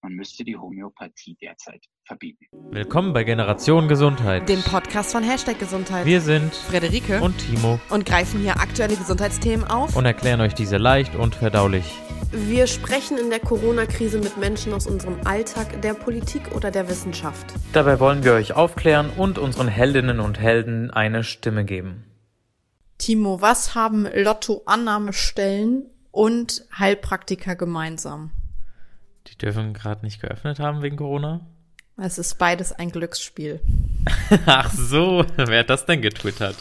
man müsste die Homöopathie derzeit verbieten. Willkommen bei Generation Gesundheit, dem Podcast von #Gesundheit. Wir sind Friederike und Timo und greifen hier aktuelle Gesundheitsthemen auf und erklären euch diese leicht und verdaulich. Wir sprechen in der Corona-Krise mit Menschen aus unserem Alltag, der Politik oder der Wissenschaft. Dabei wollen wir euch aufklären und unseren Heldinnen und Helden eine Stimme geben. Timo, was haben Lottoannahmestellen und Heilpraktiker gemeinsam? Die dürfen gerade nicht geöffnet haben wegen Corona? Es ist beides ein Glücksspiel. Ach so, wer hat das denn getwittert?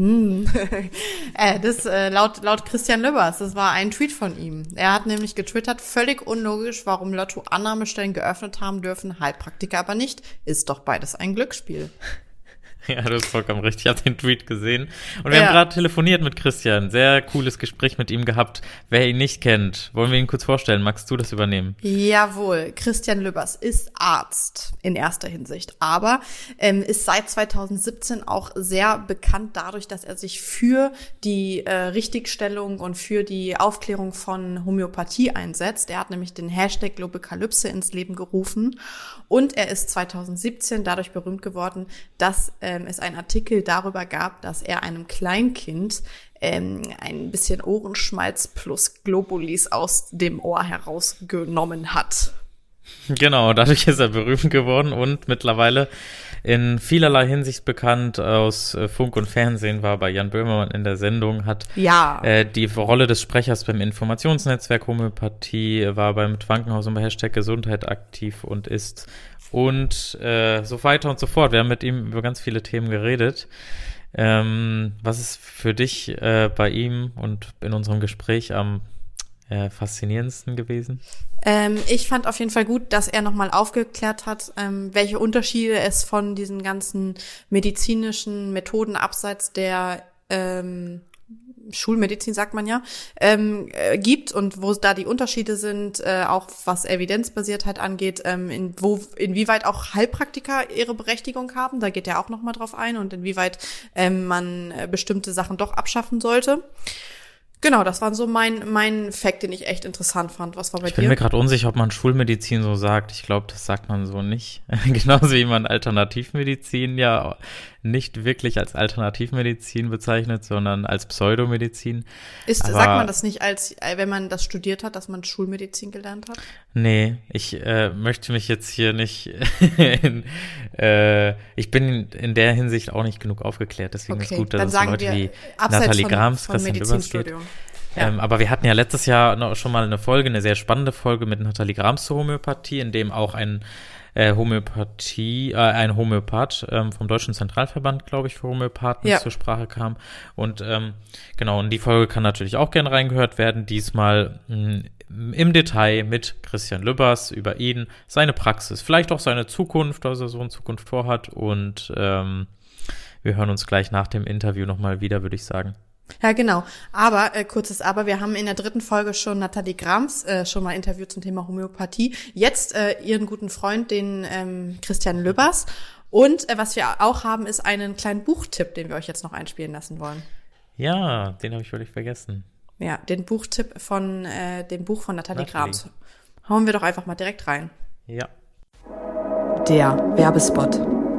Laut Christian Lübbers, das war ein Tweet von ihm. Er hat nämlich getwittert, völlig unlogisch, warum Lottoannahmestellen geöffnet haben dürfen, Heilpraktiker aber nicht. Ist doch beides ein Glücksspiel. Ja, du hast vollkommen recht. Ich habe den Tweet gesehen. Und wir haben gerade telefoniert mit Christian. Sehr cooles Gespräch mit ihm gehabt. Wer ihn nicht kennt, wollen wir ihn kurz vorstellen. Magst du das übernehmen? Jawohl. Christian Lübbers ist Arzt in erster Hinsicht, aber ist seit 2017 auch sehr bekannt dadurch, dass er sich für die Richtigstellung und für die Aufklärung von Homöopathie einsetzt. Er hat nämlich den Hashtag Globokalypse ins Leben gerufen und er ist 2017 dadurch berühmt geworden, dass es einen Artikel darüber gab, dass er einem Kleinkind ein bisschen Ohrenschmalz plus Globulis aus dem Ohr herausgenommen hat. Genau, dadurch ist er berühmt geworden und mittlerweile in vielerlei Hinsicht bekannt aus Funk und Fernsehen, war bei Jan Böhmermann in der Sendung, hat die Rolle des Sprechers beim Informationsnetzwerk Homöopathie, war beim Krankenhaus und bei #Gesundheit aktiv und ist und so weiter und so fort. Wir haben mit ihm über ganz viele Themen geredet. Was ist für dich bei ihm und in unserem Gespräch am faszinierendsten gewesen? Ich fand auf jeden Fall gut, dass er nochmal aufgeklärt hat, welche Unterschiede es von diesen ganzen medizinischen Methoden abseits der Schulmedizin, sagt man ja, gibt und wo da die Unterschiede sind, auch was Evidenzbasiertheit angeht, inwieweit auch Heilpraktiker ihre Berechtigung haben, da geht er auch nochmal drauf ein und inwieweit man bestimmte Sachen doch abschaffen sollte. Genau, das war so mein Fact, den ich echt interessant fand. Was war bei dir? Ich bin mir gerade unsicher, ob man Schulmedizin so sagt. Ich glaube, das sagt man so nicht. Genauso wie man Alternativmedizin ja nicht wirklich als Alternativmedizin bezeichnet, sondern als Pseudomedizin. Sagt man das nicht als, wenn man das studiert hat, dass man Schulmedizin gelernt hat? Nee, ich möchte mich jetzt hier nicht ich bin in der Hinsicht auch nicht genug aufgeklärt, deswegen ist gut, dass es Leute wie Nathalie Grams, Christian Lübbers geht. Ja. Aber wir hatten ja letztes Jahr schon mal eine sehr spannende Folge mit Nathalie Grams zur Homöopathie, in dem auch ein Homöopath vom Deutschen Zentralverband, glaube ich, für Homöopathen zur Sprache kam. Und genau, und die Folge kann natürlich auch gerne reingehört werden. Diesmal im Detail mit Christian Lübbers über ihn, seine Praxis, vielleicht auch seine Zukunft, was er so in Zukunft vorhat. Und wir hören uns gleich nach dem Interview nochmal wieder, würde ich sagen. Ja, genau. Aber, kurzes Aber, wir haben in der 3. Folge schon Nathalie Grams schon mal interviewt zum Thema Homöopathie. Jetzt ihren guten Freund, den Christian Lübbers. Und was wir auch haben, ist einen kleinen Buchtipp, den wir euch jetzt noch einspielen lassen wollen. Ja, den habe ich völlig vergessen. Ja, den Buchtipp von dem Buch von Nathalie Grams. Hauen wir doch einfach mal direkt rein. Ja. Der Werbespot.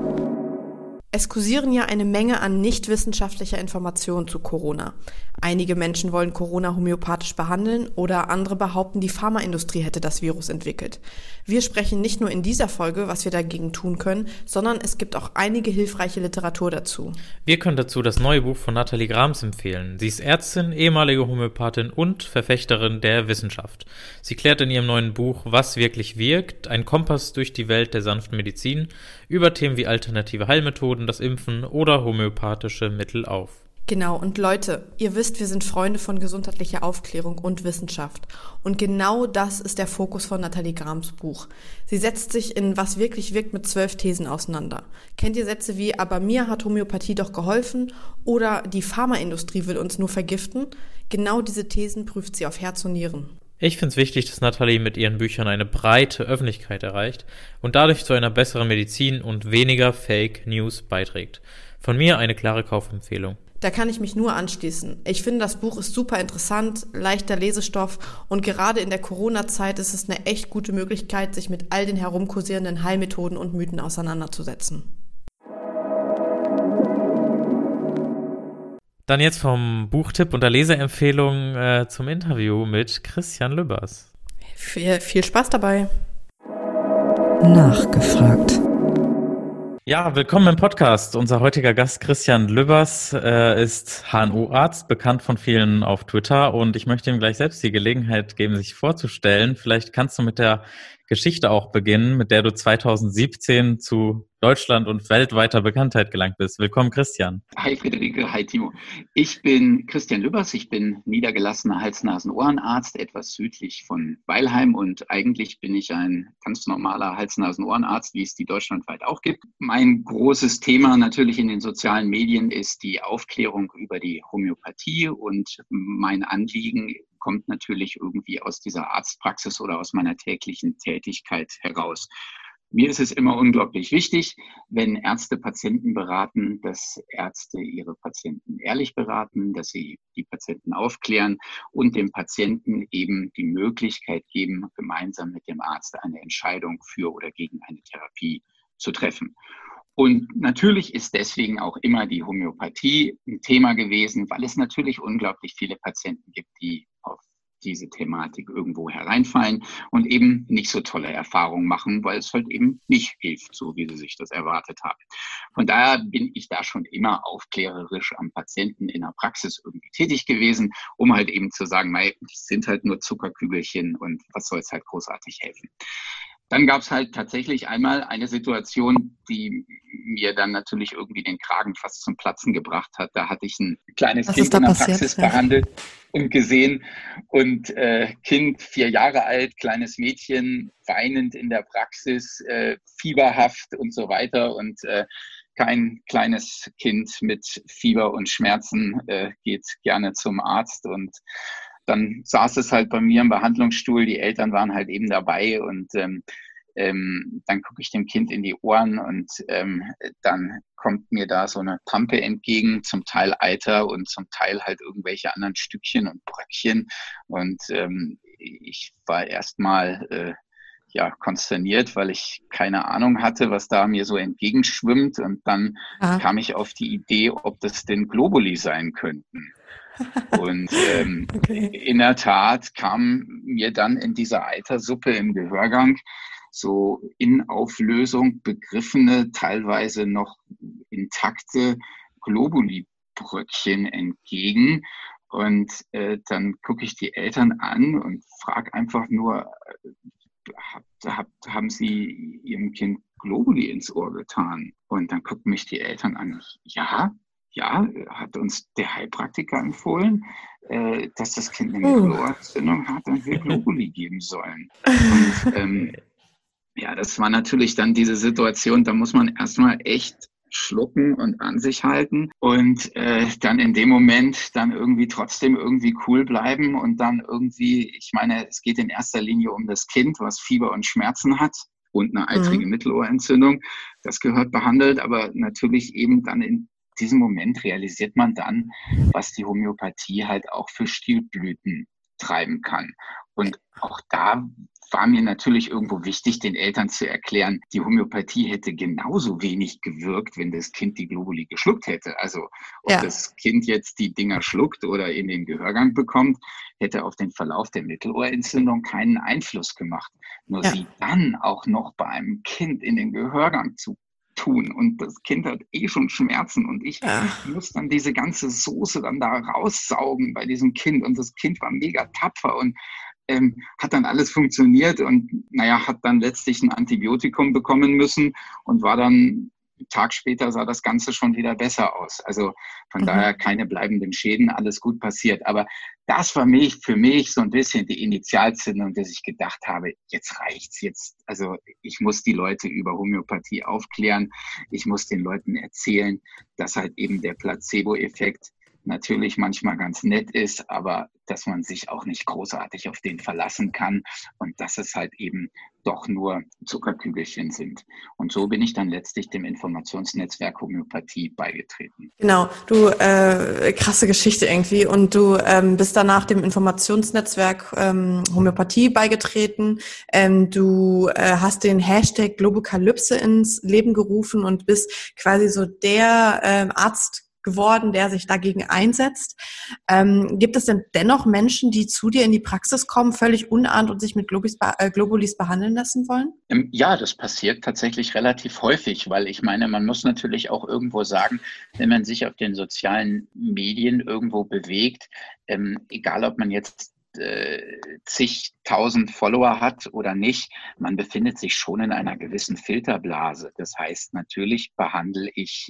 Es kursieren ja eine Menge an nicht wissenschaftlicher Informationen zu Corona. Einige Menschen wollen Corona homöopathisch behandeln oder andere behaupten, die Pharmaindustrie hätte das Virus entwickelt. Wir sprechen nicht nur in dieser Folge, was wir dagegen tun können, sondern es gibt auch einige hilfreiche Literatur dazu. Wir können dazu das neue Buch von Nathalie Grams empfehlen. Sie ist Ärztin, ehemalige Homöopathin und Verfechterin der Wissenschaft. Sie klärt in ihrem neuen Buch Was wirklich wirkt, ein Kompass durch die Welt der sanften Medizin, über Themen wie alternative Heilmethoden, das Impfen oder homöopathische Mittel auf. Genau, und Leute, ihr wisst, wir sind Freunde von gesundheitlicher Aufklärung und Wissenschaft. Und genau das ist der Fokus von Nathalie Grams Buch. Sie setzt sich in Was wirklich wirkt mit 12 Thesen auseinander. Kennt ihr Sätze wie, aber mir hat Homöopathie doch geholfen oder die Pharmaindustrie will uns nur vergiften? Genau diese Thesen prüft sie auf Herz und Nieren. Ich finde es wichtig, dass Nathalie mit ihren Büchern eine breite Öffentlichkeit erreicht und dadurch zu einer besseren Medizin und weniger Fake News beiträgt. Von mir eine klare Kaufempfehlung. Da kann ich mich nur anschließen. Ich finde, das Buch ist super interessant, leichter Lesestoff und gerade in der Corona-Zeit ist es eine echt gute Möglichkeit, sich mit all den herumkursierenden Heilmethoden und Mythen auseinanderzusetzen. Dann jetzt vom Buchtipp und der Leseempfehlung zum Interview mit Christian Lübbers. Viel Spaß dabei. Nachgefragt. Ja, willkommen im Podcast. Unser heutiger Gast Christian Lübbers ist HNO-Arzt, bekannt von vielen auf Twitter, und ich möchte ihm gleich selbst die Gelegenheit geben, sich vorzustellen. Vielleicht kannst du mit der Geschichte auch beginnen, mit der du 2017 zu Deutschland und weltweiter Bekanntheit gelangt bist. Willkommen, Christian. Hi Friederike, hi Timo. Ich bin Christian Lübbers, ich bin niedergelassener Hals-Nasen-Ohrenarzt, etwas südlich von Weilheim, und eigentlich bin ich ein ganz normaler Hals-Nasen-Ohrenarzt, wie es die deutschlandweit auch gibt. Mein großes Thema natürlich in den sozialen Medien ist die Aufklärung über die Homöopathie, und mein Anliegen kommt natürlich irgendwie aus dieser Arztpraxis oder aus meiner täglichen Tätigkeit heraus. Mir ist es immer unglaublich wichtig, wenn Ärzte Patienten beraten, dass Ärzte ihre Patienten ehrlich beraten, dass sie die Patienten aufklären und dem Patienten eben die Möglichkeit geben, gemeinsam mit dem Arzt eine Entscheidung für oder gegen eine Therapie zu treffen. Und natürlich ist deswegen auch immer die Homöopathie ein Thema gewesen, weil es natürlich unglaublich viele Patienten gibt, die auf diese Thematik irgendwo hereinfallen und eben nicht so tolle Erfahrungen machen, weil es halt eben nicht hilft, so wie sie sich das erwartet haben. Von daher bin ich da schon immer aufklärerisch am Patienten in der Praxis irgendwie tätig gewesen, um halt eben zu sagen, nein, das sind halt nur Zuckerkügelchen und was soll es halt großartig helfen. Dann gab es halt tatsächlich einmal eine Situation, die mir dann natürlich irgendwie den Kragen fast zum Platzen gebracht hat. Da hatte ich ein kleines Kind in der Praxis behandelt und gesehen, und Kind 4 Jahre alt, kleines Mädchen, weinend in der Praxis, fieberhaft und so weiter, und kein kleines Kind mit Fieber und Schmerzen geht gerne zum Arzt, und dann saß es halt bei mir im Behandlungsstuhl, die Eltern waren halt eben dabei, und dann gucke ich dem Kind in die Ohren, und dann kommt mir da so eine Pampe entgegen, zum Teil Eiter und zum Teil halt irgendwelche anderen Stückchen und Bröckchen, und ich war erstmal konsterniert, weil ich keine Ahnung hatte, was da mir so entgegenschwimmt, und dann kam ich auf die Idee, ob das denn Globuli sein könnten. Und okay. In der Tat kam mir dann in dieser Eitersuppe im Gehörgang so in Auflösung begriffene, teilweise noch intakte Globuli-Bröckchen entgegen. Und dann gucke ich die Eltern an und frage einfach nur, haben Sie Ihrem Kind Globuli ins Ohr getan? Und dann gucken mich die Eltern an, ja, hat uns der Heilpraktiker empfohlen, dass das Kind eine Mittelohrentzündung hat und wir Globuli geben sollen. Und das war natürlich dann diese Situation, da muss man erstmal echt schlucken und an sich halten und dann in dem Moment dann irgendwie trotzdem irgendwie cool bleiben und dann irgendwie, ich meine, es geht in erster Linie um das Kind, was Fieber und Schmerzen hat und eine eitrige Mittelohrentzündung. Das gehört behandelt, aber natürlich eben dann in diesem Moment realisiert man dann, was die Homöopathie halt auch für Stilblüten treiben kann. Und auch da war mir natürlich irgendwo wichtig, den Eltern zu erklären, die Homöopathie hätte genauso wenig gewirkt, wenn das Kind die Globuli geschluckt hätte. Also ob das Kind jetzt die Dinger schluckt oder in den Gehörgang bekommt, hätte auf den Verlauf der Mittelohrentzündung keinen Einfluss gemacht. Nur sie dann auch noch bei einem Kind in den Gehörgang zu tun, und das Kind hat schon Schmerzen, und ich muss dann diese ganze Soße dann da raussaugen bei diesem Kind, und das Kind war mega tapfer und hat dann alles funktioniert und hat dann letztlich ein Antibiotikum bekommen müssen und war dann, einen Tag später sah das Ganze schon wieder besser aus. Also von daher keine bleibenden Schäden, alles gut passiert. Aber das war für mich so ein bisschen die Initialzündung, dass ich gedacht habe, jetzt reicht's jetzt. Also ich muss die Leute über Homöopathie aufklären. Ich muss den Leuten erzählen, dass halt eben der Placebo-Effekt natürlich manchmal ganz nett ist, aber dass man sich auch nicht großartig auf den verlassen kann und dass es halt eben doch nur Zuckerkügelchen sind. Und so bin ich dann letztlich dem Informationsnetzwerk Homöopathie beigetreten. Genau, du, krasse Geschichte irgendwie. Und du bist danach dem Informationsnetzwerk Homöopathie beigetreten. Du hast den Hashtag Globokalypse ins Leben gerufen und bist quasi so der Arzt geworden, der sich dagegen einsetzt. Gibt es denn dennoch Menschen, die zu dir in die Praxis kommen, völlig unahnt und sich mit Globulis behandeln lassen wollen? Ja, das passiert tatsächlich relativ häufig, weil ich meine, man muss natürlich auch irgendwo sagen, wenn man sich auf den sozialen Medien irgendwo bewegt, egal ob man jetzt zigtausend Follower hat oder nicht, man befindet sich schon in einer gewissen Filterblase. Das heißt, natürlich behandle ich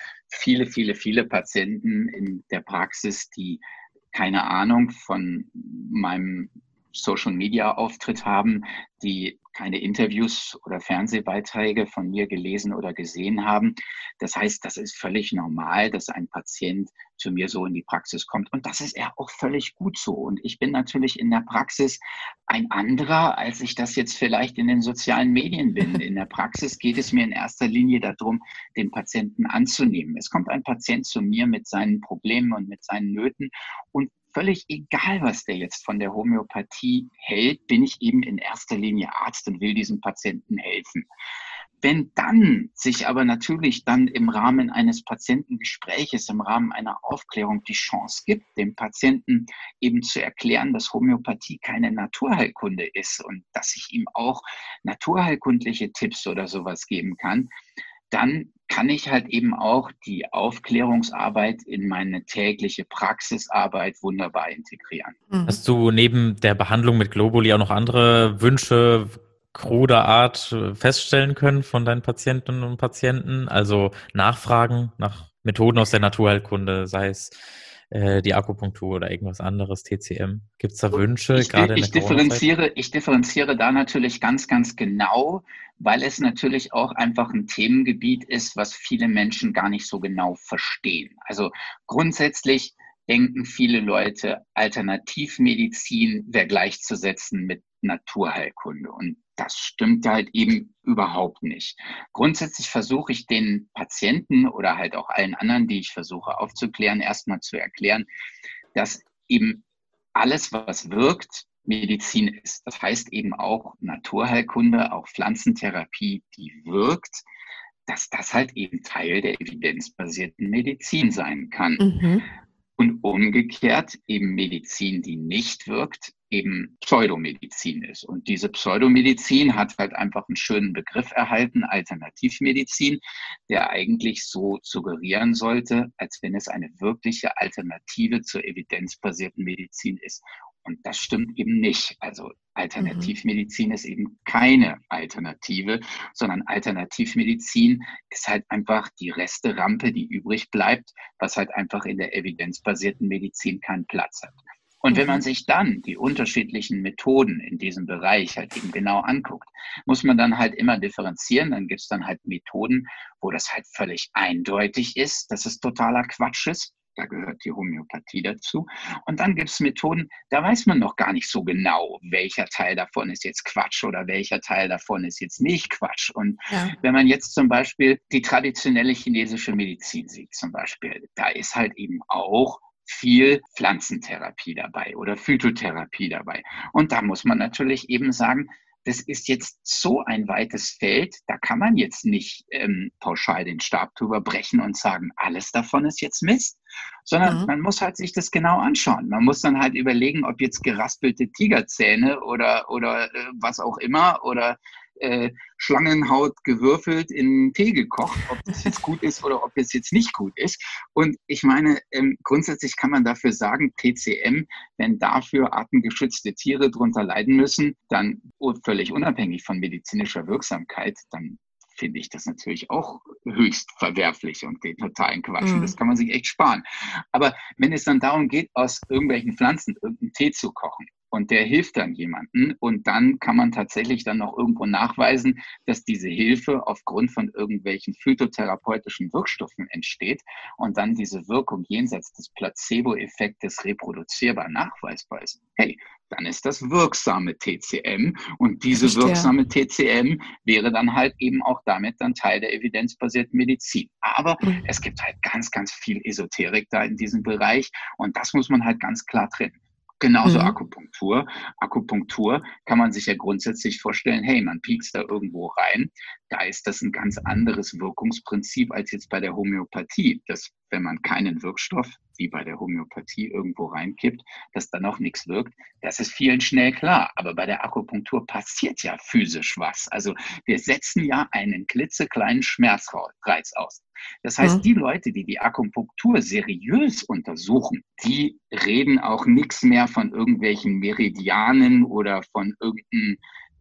viele Patienten in der Praxis, die keine Ahnung von meinem Social-Media-Auftritt haben, die keine Interviews oder Fernsehbeiträge von mir gelesen oder gesehen haben. Das heißt, das ist völlig normal, dass ein Patient zu mir so in die Praxis kommt. Und das ist ja auch völlig gut so. Und ich bin natürlich in der Praxis ein anderer, als ich das jetzt vielleicht in den sozialen Medien bin. In der Praxis geht es mir in erster Linie darum, den Patienten anzunehmen. Es kommt ein Patient zu mir mit seinen Problemen und mit seinen Nöten und völlig egal, was der jetzt von der Homöopathie hält, bin ich eben in erster Linie Arzt und will diesem Patienten helfen. Wenn dann sich aber natürlich dann im Rahmen eines Patientengespräches, im Rahmen einer Aufklärung die Chance gibt, dem Patienten eben zu erklären, dass Homöopathie keine Naturheilkunde ist und dass ich ihm auch naturheilkundliche Tipps oder sowas geben kann, dann kann ich halt eben auch die Aufklärungsarbeit in meine tägliche Praxisarbeit wunderbar integrieren. Hast du neben der Behandlung mit Globuli auch noch andere Wünsche kruder Art feststellen können von deinen Patientinnen und Patienten? Also Nachfragen nach Methoden aus der Naturheilkunde, sei es die Akupunktur oder irgendwas anderes, TCM. Gibt es da Wünsche? Ich differenziere da natürlich ganz genau, weil es natürlich auch einfach ein Themengebiet ist, was viele Menschen gar nicht so genau verstehen. Also grundsätzlich denken viele Leute, Alternativmedizin wäre gleichzusetzen mit Naturheilkunde. Und das stimmt halt eben überhaupt nicht. Grundsätzlich versuche ich den Patienten oder halt auch allen anderen, die ich versuche aufzuklären, erstmal zu erklären, dass eben alles, was wirkt, Medizin ist. Das heißt eben auch Naturheilkunde, auch Pflanzentherapie, die wirkt, dass das halt eben Teil der evidenzbasierten Medizin sein kann. Mhm. Und umgekehrt eben Medizin, die nicht wirkt, eben Pseudomedizin ist. Und diese Pseudomedizin hat halt einfach einen schönen Begriff erhalten, Alternativmedizin, der eigentlich so suggerieren sollte, als wenn es eine wirkliche Alternative zur evidenzbasierten Medizin ist. Und das stimmt eben nicht. Also Alternativmedizin ist eben keine Alternative, sondern Alternativmedizin ist halt einfach die Resterampe, die übrig bleibt, was halt einfach in der evidenzbasierten Medizin keinen Platz hat. Und wenn man sich dann die unterschiedlichen Methoden in diesem Bereich halt eben genau anguckt, muss man dann halt immer differenzieren. Dann gibt es dann halt Methoden, wo das halt völlig eindeutig ist, dass es totaler Quatsch ist. Da gehört die Homöopathie dazu. Und dann gibt es Methoden, da weiß man noch gar nicht so genau, welcher Teil davon ist jetzt Quatsch oder welcher Teil davon ist jetzt nicht Quatsch. Und wenn man jetzt zum Beispiel die traditionelle chinesische Medizin sieht, zum Beispiel, da ist halt eben auch viel Pflanzentherapie dabei oder Phytotherapie dabei. Und da muss man natürlich eben sagen, das ist jetzt so ein weites Feld, da kann man jetzt nicht pauschal den Stab drüber brechen und sagen, alles davon ist jetzt Mist, sondern man muss halt sich das genau anschauen. Man muss dann halt überlegen, ob jetzt geraspelte Tigerzähne oder was auch immer oder Schlangenhaut gewürfelt in Tee gekocht, ob das jetzt gut ist oder ob das jetzt nicht gut ist. Und ich meine, grundsätzlich kann man dafür sagen, TCM, wenn dafür artengeschützte Tiere drunter leiden müssen, dann völlig unabhängig von medizinischer Wirksamkeit, dann finde ich das natürlich auch höchst verwerflich und den totalen Quatsch. Und das kann man sich echt sparen. Aber wenn es dann darum geht, aus irgendwelchen Pflanzen irgendeinen Tee zu kochen, und der hilft dann jemandem und dann kann man tatsächlich dann noch irgendwo nachweisen, dass diese Hilfe aufgrund von irgendwelchen phytotherapeutischen Wirkstoffen entsteht und dann diese Wirkung jenseits des Placebo-Effektes reproduzierbar nachweisbar ist. Hey, dann ist das wirksame TCM und diese wirksame TCM wäre dann halt eben auch damit dann Teil der evidenzbasierten Medizin. Aber es gibt halt ganz, ganz viel Esoterik da in diesem Bereich und das muss man halt ganz klar trennen. Genauso Akupunktur. Akupunktur kann man sich ja grundsätzlich vorstellen, hey, man piekst da irgendwo rein. Da ist das ein ganz anderes Wirkungsprinzip als jetzt bei der Homöopathie. Dass, wenn man keinen Wirkstoff, wie bei der Homöopathie, irgendwo reinkippt, dass dann auch nichts wirkt. Das ist vielen schnell klar. Aber bei der Akupunktur passiert ja physisch was. Also wir setzen ja einen klitzekleinen Schmerzreiz aus. Das heißt, die Leute, die die Akupunktur seriös untersuchen, die reden auch nichts mehr von irgendwelchen Meridianen oder von irgendeinem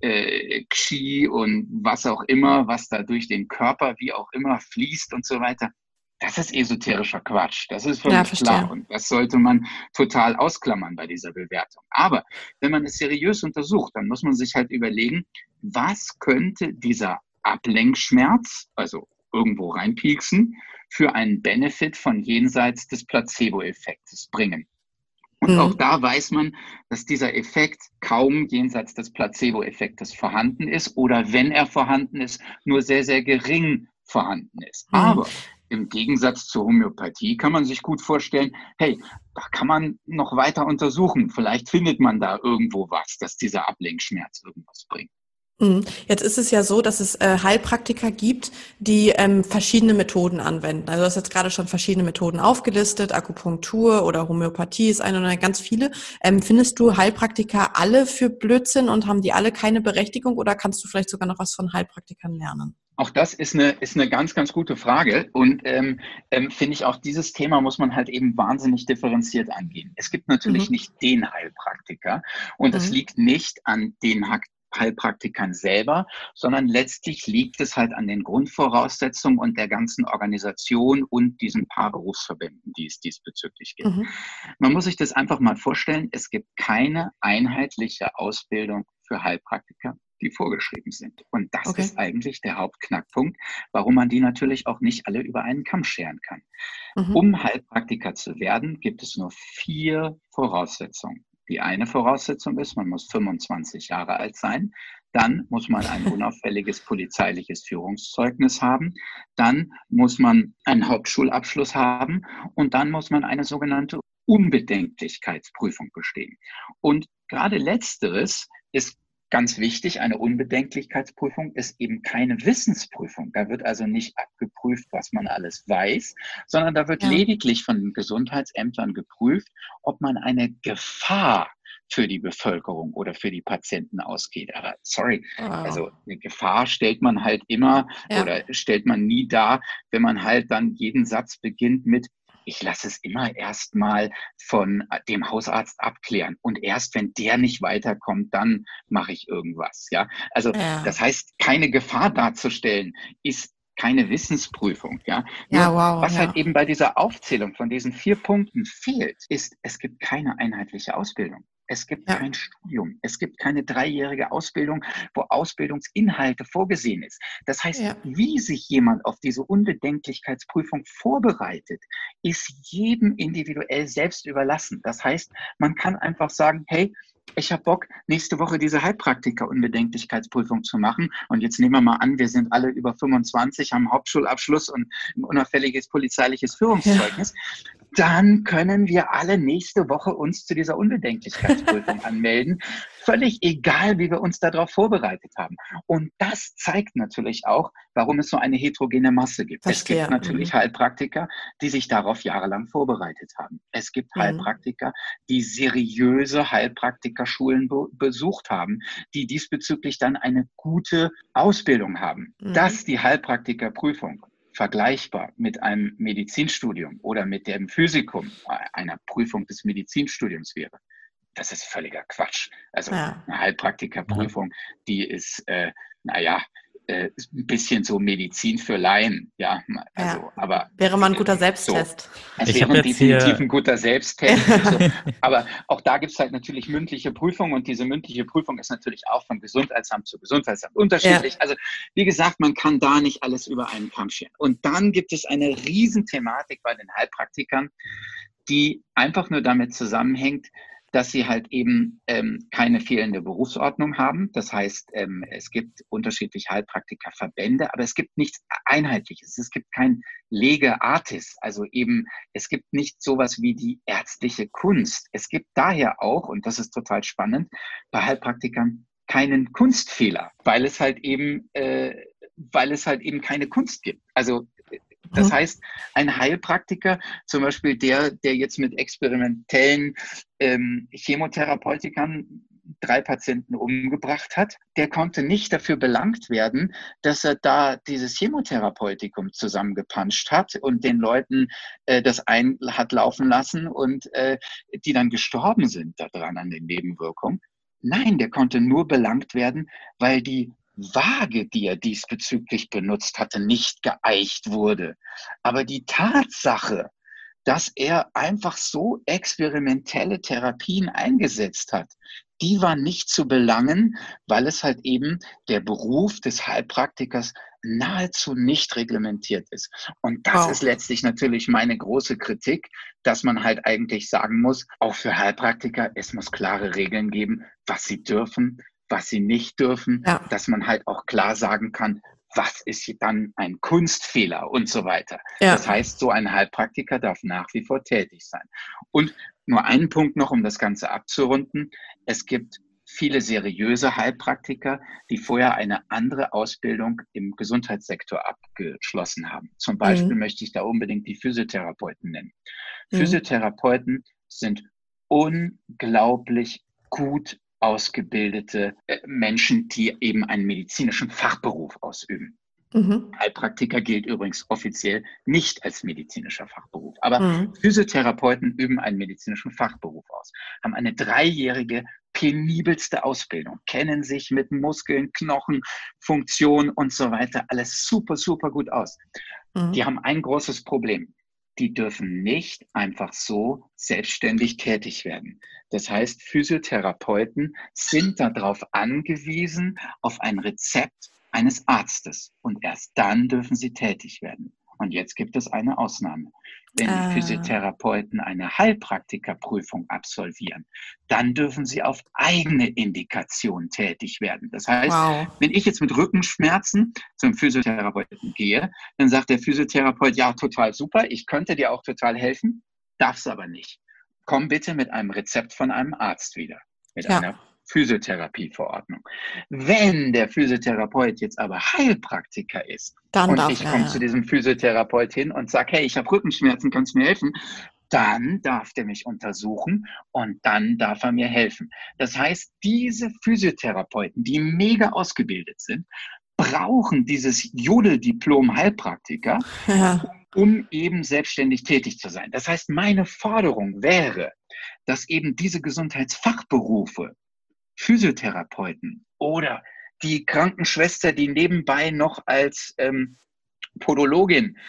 Qi und was auch immer, was da durch den Körper wie auch immer fließt und so weiter. Das ist esoterischer Quatsch. Das ist völlig klar. Und das sollte man total ausklammern bei dieser Bewertung. Aber wenn man es seriös untersucht, dann muss man sich halt überlegen, was könnte dieser Ablenkschmerz, also irgendwo reinpieksen, für einen Benefit von jenseits des Placebo-Effektes bringen. Und auch da weiß man, dass dieser Effekt kaum jenseits des Placebo-Effektes vorhanden ist oder wenn er vorhanden ist, nur sehr, sehr gering vorhanden ist. Aber im Gegensatz zur Homöopathie kann man sich gut vorstellen, hey, da kann man noch weiter untersuchen. Vielleicht findet man da irgendwo was, dass dieser Ablenkschmerz irgendwas bringt. Jetzt ist es ja so, dass es Heilpraktiker gibt, die verschiedene Methoden anwenden. Also du hast jetzt gerade schon verschiedene Methoden aufgelistet, Akupunktur oder Homöopathie ist eine oder ganz viele. Findest du Heilpraktiker alle für Blödsinn und haben die alle keine Berechtigung oder kannst du vielleicht sogar noch was von Heilpraktikern lernen? Auch das ist eine ganz, ganz gute Frage und finde ich auch, dieses Thema muss man halt eben wahnsinnig differenziert angehen. Es gibt natürlich nicht den Heilpraktiker und es liegt nicht an den Heilpraktikern selber, sondern letztlich liegt es halt an den Grundvoraussetzungen und der ganzen Organisation und diesen paar Berufsverbänden, die es diesbezüglich gibt. Man muss sich das einfach mal vorstellen, es gibt keine einheitliche Ausbildung für Heilpraktiker, die vorgeschrieben sind. Und das ist eigentlich der Hauptknackpunkt, warum man die natürlich auch nicht alle über einen Kamm scheren kann. Um Heilpraktiker zu werden, gibt es nur 4 Voraussetzungen. Die eine Voraussetzung ist, man muss 25 Jahre alt sein. Dann muss man ein unauffälliges polizeiliches Führungszeugnis haben. Dann muss man einen Hauptschulabschluss haben. Und dann muss man eine sogenannte Unbedenklichkeitsprüfung bestehen. Und gerade Letzteres ist ganz wichtig, eine Unbedenklichkeitsprüfung ist eben keine Wissensprüfung. Da wird also nicht abgeprüft, was man alles weiß, sondern da wird lediglich von den Gesundheitsämtern geprüft, ob man eine Gefahr für die Bevölkerung oder für die Patienten ausgeht. Aber also eine Gefahr stellt man halt immer oder stellt man nie dar, wenn man halt dann jeden Satz beginnt mit: Ich lasse es immer erst mal von dem Hausarzt abklären. Und erst wenn der nicht weiterkommt, dann mache ich irgendwas. Ja, also das heißt, keine Gefahr darzustellen, ist keine Wissensprüfung. Ja, was halt eben bei dieser Aufzählung von diesen 4 Punkten fehlt, ist, es gibt keine einheitliche Ausbildung. Es gibt kein Studium. Es gibt keine 3-jährige Ausbildung, wo Ausbildungsinhalte vorgesehen ist. Das heißt, wie sich jemand auf diese Unbedenklichkeitsprüfung vorbereitet, ist jedem individuell selbst überlassen. Das heißt, man kann einfach sagen, hey, ich habe Bock, nächste Woche diese Heilpraktiker-Unbedenklichkeitsprüfung zu machen. Und jetzt nehmen wir mal an, wir sind alle über 25, haben Hauptschulabschluss und ein unauffälliges polizeiliches Führungszeugnis. Dann können wir alle nächste Woche uns zu dieser Unbedenklichkeitsprüfung anmelden. Völlig egal, wie wir uns darauf vorbereitet haben. Und das zeigt natürlich auch, warum es so eine heterogene Masse gibt. Es gibt natürlich Heilpraktiker, die sich darauf jahrelang vorbereitet haben. Es gibt Heilpraktiker, die seriöse Heilpraktikerschulen besucht haben, die diesbezüglich dann eine gute Ausbildung haben. Dass die Heilpraktikerprüfung vergleichbar mit einem Medizinstudium oder mit dem Physikum einer Prüfung des Medizinstudiums wäre, das ist völliger Quatsch. Also eine Heilpraktikerprüfung, die ist, ein bisschen so Medizin für Laien, ja. Also, ja. Aber wäre mal ein guter Selbsttest. So. Es wäre definitiv ein guter Selbsttest. So. Aber auch da gibt es halt natürlich mündliche Prüfung und diese mündliche Prüfung ist natürlich auch vom Gesundheitsamt zu Gesundheitsamt unterschiedlich. Ja. Also wie gesagt, man kann da nicht alles über einen Kamm scheren. Und dann gibt es eine Riesenthematik bei den Heilpraktikern, die einfach nur damit zusammenhängt, dass sie halt eben keine fehlende Berufsordnung haben. Das heißt, es gibt unterschiedliche Heilpraktikerverbände, aber es gibt nichts Einheitliches. Es gibt kein Lege Artis, also eben, es gibt nicht sowas wie die ärztliche Kunst. Es gibt daher auch, und das ist total spannend, bei Heilpraktikern keinen Kunstfehler, weil es halt eben keine Kunst gibt. Also das heißt, ein Heilpraktiker, zum Beispiel der jetzt mit experimentellen Chemotherapeutikern 3 Patienten umgebracht hat, der konnte nicht dafür belangt werden, dass er da dieses Chemotherapeutikum zusammengepanscht hat und den Leuten das hat laufen lassen und die dann gestorben sind daran an den Nebenwirkungen. Nein, der konnte nur belangt werden, weil die Waage, die er diesbezüglich benutzt hatte, nicht geeicht wurde. Aber die Tatsache, dass er einfach so experimentelle Therapien eingesetzt hat, die war nicht zu belangen, weil es halt eben der Beruf des Heilpraktikers nahezu nicht reglementiert ist. Und das ist letztlich natürlich meine große Kritik, dass man halt eigentlich sagen muss, auch für Heilpraktiker, es muss klare Regeln geben, was sie dürfen, was sie nicht dürfen, dass man halt auch klar sagen kann, was ist dann ein Kunstfehler und so weiter. Ja. Das heißt, so ein Heilpraktiker darf nach wie vor tätig sein. Und nur einen Punkt noch, um das Ganze abzurunden. Es gibt viele seriöse Heilpraktiker, die vorher eine andere Ausbildung im Gesundheitssektor abgeschlossen haben. Zum Beispiel möchte ich da unbedingt die Physiotherapeuten nennen. Physiotherapeuten sind unglaublich gut ausgebildete Menschen, die eben einen medizinischen Fachberuf ausüben. Heilpraktiker gilt übrigens offiziell nicht als medizinischer Fachberuf, aber Physiotherapeuten üben einen medizinischen Fachberuf aus, haben eine 3-jährige penibelste Ausbildung, kennen sich mit Muskeln, Knochen, Funktion und so weiter, alles super, super gut aus. Die haben ein großes Problem. Die dürfen nicht einfach so selbstständig tätig werden. Das heißt, Physiotherapeuten sind darauf angewiesen, auf ein Rezept eines Arztes. Und erst dann dürfen sie tätig werden. Und jetzt gibt es eine Ausnahme. Wenn die Physiotherapeuten eine Heilpraktikerprüfung absolvieren, dann dürfen sie auf eigene Indikation tätig werden. Das heißt, wenn ich jetzt mit Rückenschmerzen zum Physiotherapeuten gehe, dann sagt der Physiotherapeut, ja, total super, ich könnte dir auch total helfen, darf's aber nicht. Komm bitte mit einem Rezept von einem Arzt wieder, mit einer Physiotherapieverordnung. Wenn der Physiotherapeut jetzt aber Heilpraktiker ist dann und ich komme zu diesem Physiotherapeut hin und sage, hey, ich habe Rückenschmerzen, kannst du mir helfen? Dann darf der mich untersuchen und dann darf er mir helfen. Das heißt, diese Physiotherapeuten, die mega ausgebildet sind, brauchen dieses Jodeldiplom Heilpraktiker, um eben selbstständig tätig zu sein. Das heißt, meine Forderung wäre, dass eben diese Gesundheitsfachberufe, Physiotherapeuten oder die Krankenschwester, die nebenbei noch als Podologin,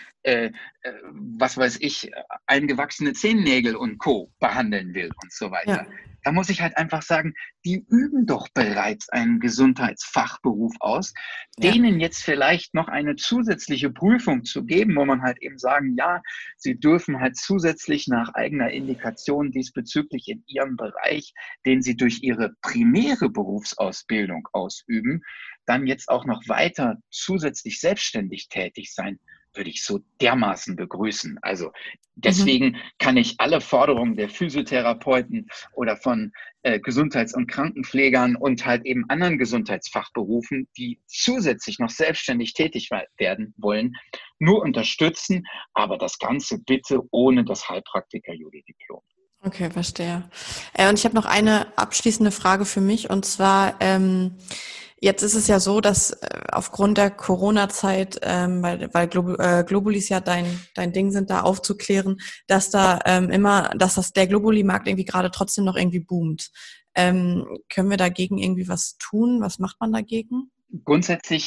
was weiß ich, eingewachsene Zehennägel und Co. behandeln will und so weiter. Ja. Da muss ich halt einfach sagen, die üben doch bereits einen Gesundheitsfachberuf aus, denen jetzt vielleicht noch eine zusätzliche Prüfung zu geben, wo man halt eben sagen, ja, sie dürfen halt zusätzlich nach eigener Indikation diesbezüglich in ihrem Bereich, den sie durch ihre primäre Berufsausbildung ausüben, dann jetzt auch noch weiter zusätzlich selbstständig tätig sein, würde ich so dermaßen begrüßen. Also deswegen kann ich alle Forderungen der Physiotherapeuten oder von Gesundheits- und Krankenpflegern und halt eben anderen Gesundheitsfachberufen, die zusätzlich noch selbstständig tätig werden wollen, nur unterstützen, aber das Ganze bitte ohne das Heilpraktiker-Jude-Diplom. Okay, verstehe. Und ich habe noch eine abschließende Frage für mich, und zwar jetzt ist es ja so, dass aufgrund der Corona-Zeit, weil Globulis ja dein Ding sind, da aufzuklären, dass da der Globuli-Markt irgendwie gerade trotzdem noch irgendwie boomt. Können wir dagegen irgendwie was tun? Was macht man dagegen? Grundsätzlich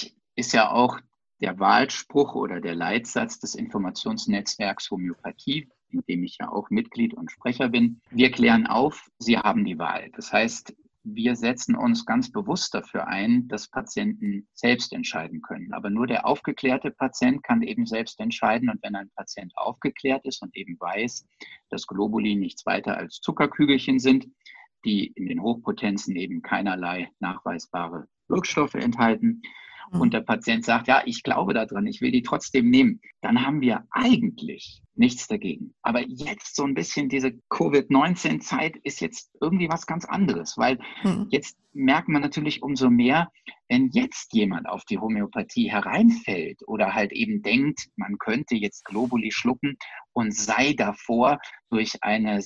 ist ja auch der Wahlspruch oder der Leitsatz des Informationsnetzwerks Homöopathie, in dem ich ja auch Mitglied und Sprecher bin. Wir klären auf, Sie haben die Wahl. Das heißt, wir setzen uns ganz bewusst dafür ein, dass Patienten selbst entscheiden können. Aber nur der aufgeklärte Patient kann eben selbst entscheiden. Und wenn ein Patient aufgeklärt ist und eben weiß, dass Globuli nichts weiter als Zuckerkügelchen sind, die in den Hochpotenzen eben keinerlei nachweisbare Wirkstoffe enthalten, und der Patient sagt, ja, ich glaube daran, ich will die trotzdem nehmen, dann haben wir eigentlich nichts dagegen. Aber jetzt so ein bisschen diese Covid-19-Zeit ist jetzt irgendwie was ganz anderes, weil jetzt merkt man natürlich umso mehr, wenn jetzt jemand auf die Homöopathie hereinfällt oder halt eben denkt, man könnte jetzt Globuli schlucken und sei davor durch eine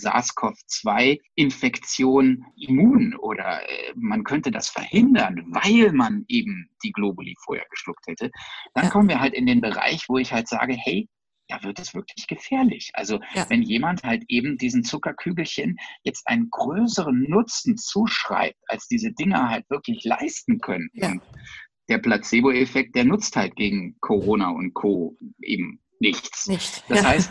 SARS-CoV-2-Infektion immun oder man könnte das verhindern, weil man eben die Globuli vorher geschluckt hätte, dann kommen wir halt in den Bereich, wo ich halt sage, hey, da wird es wirklich gefährlich. Also wenn jemand halt eben diesen Zuckerkügelchen jetzt einen größeren Nutzen zuschreibt, als diese Dinger halt wirklich leisten können. Ja. Und der Placebo-Effekt, der nutzt halt gegen Corona und Co. eben nichts. Das heißt,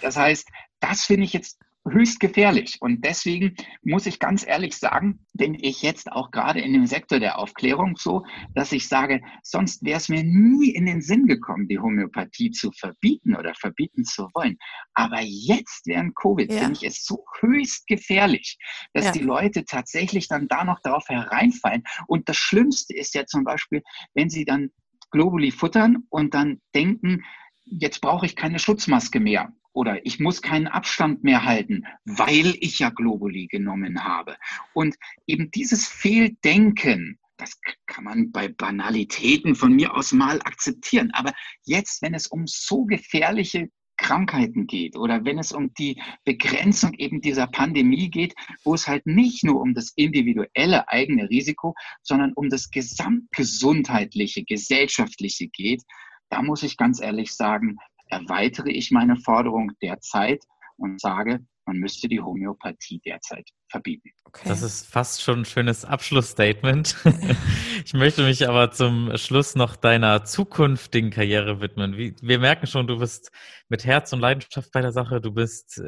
das finde ich jetzt höchst gefährlich. Und deswegen muss ich ganz ehrlich sagen, bin ich jetzt auch gerade in dem Sektor der Aufklärung so, dass ich sage, sonst wäre es mir nie in den Sinn gekommen, die Homöopathie zu verbieten oder verbieten zu wollen. Aber jetzt während Covid finde ich es so höchst gefährlich, dass die Leute tatsächlich dann da noch darauf hereinfallen. Und das Schlimmste ist ja zum Beispiel, wenn sie dann Globuli futtern und dann denken, jetzt brauche ich keine Schutzmaske mehr. Oder ich muss keinen Abstand mehr halten, weil ich ja Globuli genommen habe. Und eben dieses Fehldenken, das kann man bei Banalitäten von mir aus mal akzeptieren. Aber jetzt, wenn es um so gefährliche Krankheiten geht oder wenn es um die Begrenzung eben dieser Pandemie geht, wo es halt nicht nur um das individuelle eigene Risiko, sondern um das gesamtgesundheitliche, gesellschaftliche geht, da muss ich ganz ehrlich sagen, erweitere ich meine Forderung derzeit und sage, man müsste die Homöopathie derzeit verbieten. Okay. Das ist fast schon ein schönes Abschlussstatement. Ich möchte mich aber zum Schluss noch deiner zukünftigen Karriere widmen. Wir merken schon, du bist mit Herz und Leidenschaft bei der Sache. Du bist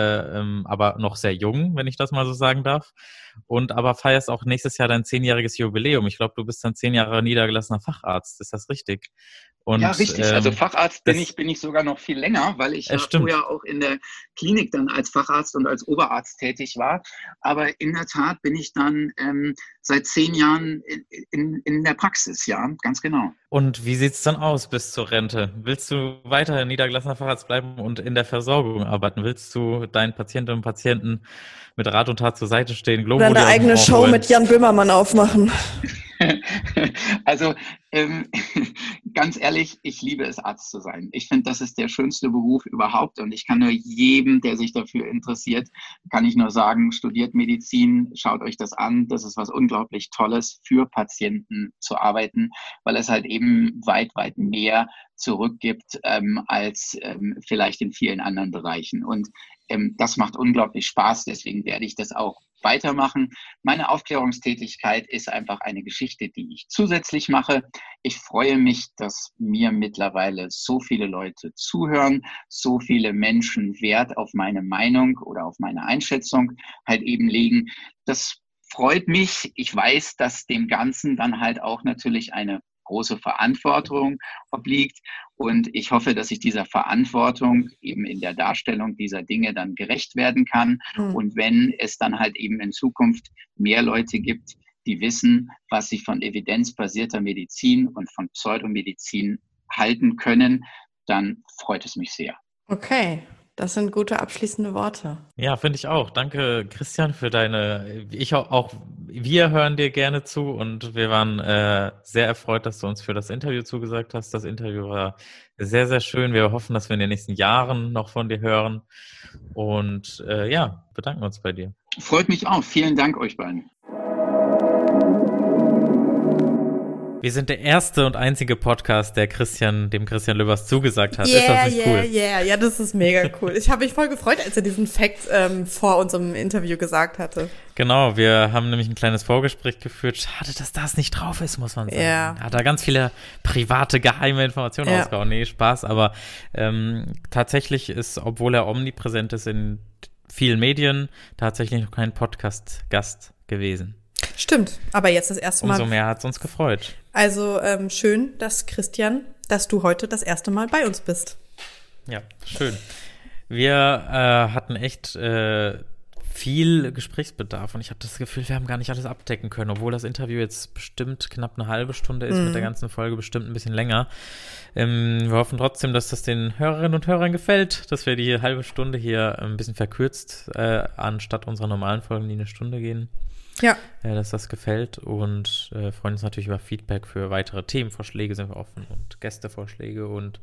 aber noch sehr jung, wenn ich das mal so sagen darf. Und aber feierst auch nächstes Jahr dein 10-jähriges Jubiläum. Ich glaube, du bist dann 10 Jahre niedergelassener Facharzt. Ist das richtig? Und, ja, richtig. Also Facharzt bin ich sogar noch viel länger, weil ich ja vorher auch in der Klinik dann als Facharzt und als Oberarzt tätig war. Aber in der Tat bin ich dann seit 10 Jahren in der Praxis, ja, ganz genau. Und wie sieht's dann aus bis zur Rente? Willst du weiterhin niedergelassener Facharzt bleiben und in der Versorgung arbeiten? Willst du deinen Patientinnen und Patienten mit Rat und Tat zur Seite stehen? Globuli oder eine eigene Show mit Jan Böhmermann aufmachen? Also ganz ehrlich, ich liebe es, Arzt zu sein. Ich finde, das ist der schönste Beruf überhaupt und ich kann nur jedem, der sich dafür interessiert, kann ich nur sagen, studiert Medizin, schaut euch das an. Das ist was unglaublich Tolles, für Patienten zu arbeiten, weil es halt eben weit, weit mehr zurückgibt als vielleicht in vielen anderen Bereichen. Und das macht unglaublich Spaß, deswegen werde ich das auch weitermachen. Meine Aufklärungstätigkeit ist einfach eine Geschichte, die ich zusätzlich mache. Ich freue mich, dass mir mittlerweile so viele Leute zuhören, so viele Menschen Wert auf meine Meinung oder auf meine Einschätzung halt eben legen. Das freut mich. Ich weiß, dass dem Ganzen dann halt auch natürlich eine große Verantwortung obliegt. Und ich hoffe, dass ich dieser Verantwortung eben in der Darstellung dieser Dinge dann gerecht werden kann. Und wenn es dann halt eben in Zukunft mehr Leute gibt, die wissen, was sie von evidenzbasierter Medizin und von Pseudomedizin halten können, dann freut es mich sehr. Okay. Das sind gute abschließende Worte. Ja, finde ich auch. Danke, Christian, für wir hören dir gerne zu und wir waren sehr erfreut, dass du uns für das Interview zugesagt hast. Das Interview war sehr, sehr schön. Wir hoffen, dass wir in den nächsten Jahren noch von dir hören und bedanken uns bei dir. Freut mich auch. Vielen Dank euch beiden. Wir sind der erste und einzige Podcast, der dem Christian Löbers zugesagt hat. Ist das nicht cool? Ja, das ist mega cool. Ich habe mich voll gefreut, als er diesen Fact vor unserem Interview gesagt hatte. Genau, wir haben nämlich ein kleines Vorgespräch geführt. Schade, dass das nicht drauf ist, muss man sagen. Ja. Hat da ganz viele private, geheime Informationen rausgehauen. Nee, Spaß, aber tatsächlich ist, obwohl er omnipräsent ist in vielen Medien, tatsächlich noch kein Podcast-Gast gewesen. Stimmt, aber jetzt das erste Mal. Umso mehr hat es uns gefreut. Also schön, dass du heute das erste Mal bei uns bist. Ja, schön. Wir hatten echt viel Gesprächsbedarf und ich habe das Gefühl, wir haben gar nicht alles abdecken können, obwohl das Interview jetzt bestimmt knapp eine halbe Stunde ist, mit der ganzen Folge bestimmt ein bisschen länger. Wir hoffen trotzdem, dass das den Hörerinnen und Hörern gefällt, dass wir die halbe Stunde hier ein bisschen verkürzt, anstatt unserer normalen Folgen, die eine Stunde gehen. Ja. Dass das gefällt und freuen uns natürlich über Feedback für weitere Themenvorschläge, sind wir offen und Gästevorschläge und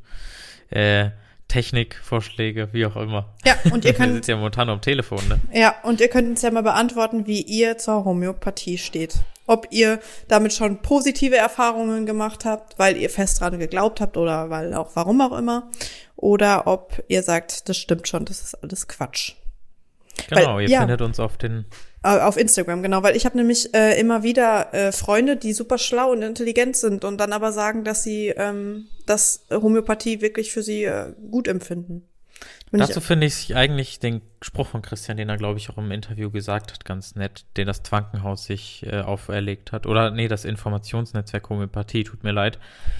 Technikvorschläge, wie auch immer. Ja, und ihr könnt. Wir sitzen ja momentan am Telefon, ne? Ja, und ihr könnt uns ja mal beantworten, wie ihr zur Homöopathie steht. Ob ihr damit schon positive Erfahrungen gemacht habt, weil ihr fest dran geglaubt habt oder warum auch immer. Oder ob ihr sagt, das stimmt schon, das ist alles Quatsch. Genau, ihr findet uns auf Instagram, genau, weil ich habe nämlich immer wieder Freunde, die super schlau und intelligent sind und dann aber sagen, dass sie das Homöopathie wirklich für sie gut empfinden. Dazu finde ich eigentlich den Spruch von Christian, den er, glaube ich, auch im Interview gesagt hat, ganz nett, den das Krankenhaus sich auferlegt hat. Oder nee, das Informationsnetzwerk Homöopathie, tut mir leid.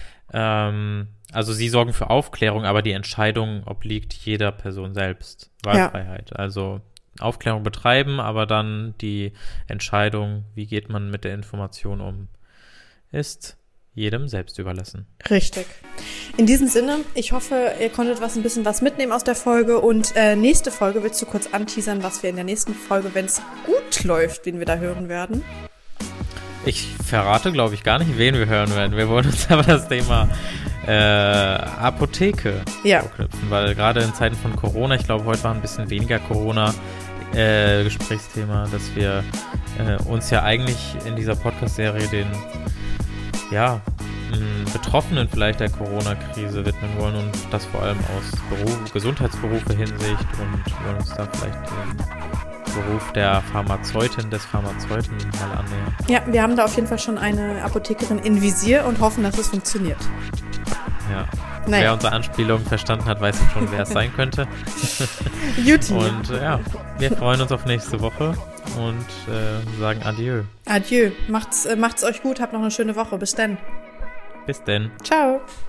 Also sie sorgen für Aufklärung, aber die Entscheidung obliegt jeder Person selbst. Wahlfreiheit. Ja. Also Aufklärung betreiben, aber dann die Entscheidung, wie geht man mit der Information um, ist jedem selbst überlassen. Richtig. In diesem Sinne, ich hoffe, ihr konntet ein bisschen was mitnehmen aus der Folge und nächste Folge, willst du kurz anteasern, was wir in der nächsten Folge, wenn es gut läuft, wen wir da hören werden? Ich verrate, glaube ich, gar nicht, wen wir hören werden. Wir wollen uns aber das Thema Apotheke vorknüpfen, weil gerade in Zeiten von Corona, ich glaube, heute war ein bisschen weniger Corona Gesprächsthema, dass wir uns ja eigentlich in dieser Podcast-Serie den Betroffenen vielleicht der Corona-Krise widmen wollen und das vor allem aus Gesundheitsberufe Hinsicht und wollen uns da vielleicht den Beruf der Pharmazeutin, des Pharmazeuten mal annähern. Ja, wir haben da auf jeden Fall schon eine Apothekerin in Visier und hoffen, dass es funktioniert. Ja. Naja. Wer unsere Anspielung verstanden hat, weiß schon, wer es sein könnte. Und wir freuen uns auf nächste Woche und sagen Adieu. Adieu. Macht's euch gut, habt noch eine schöne Woche. Bis dann. Bis denn. Ciao.